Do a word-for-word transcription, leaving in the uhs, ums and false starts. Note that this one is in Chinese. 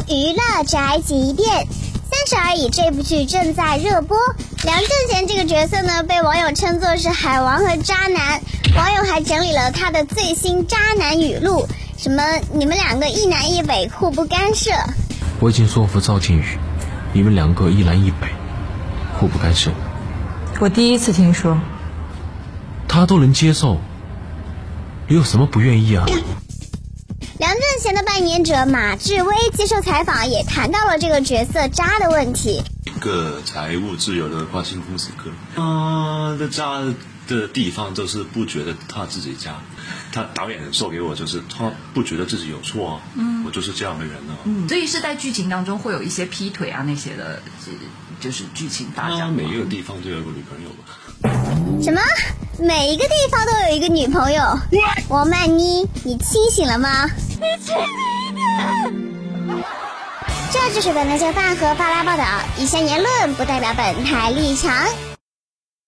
娱乐宅急便。三十而已这部剧正在热播，梁正贤这个角色呢，被网友称作是海王和渣男。网友还整理了他的最新渣男语录，什么你们两个一南一北，互不干涉。 我已经说服赵靖宇，你们两个一南一北，互不干涉。 我第一次听说。 他都能接受，你有什么不愿意啊？ 梁正贤的扮演者马志威接受采访也谈到了这个角色渣的问题。 一个财务自由的花心公子哥，他的渣的地方就是不觉得他自己渣，他导演授给我就是他不觉得自己有错啊，嗯，我就是这样的人啊。 嗯，所以是在剧情当中会有一些劈腿啊那些的，就是剧情发展。 他每一个地方都有个女朋友吧？ 什么？每一个地方都有一个女朋友？王曼妮，你清醒了吗？你轻一点！这就是本台饭和巴拉报道，以下言论不代表本台立场。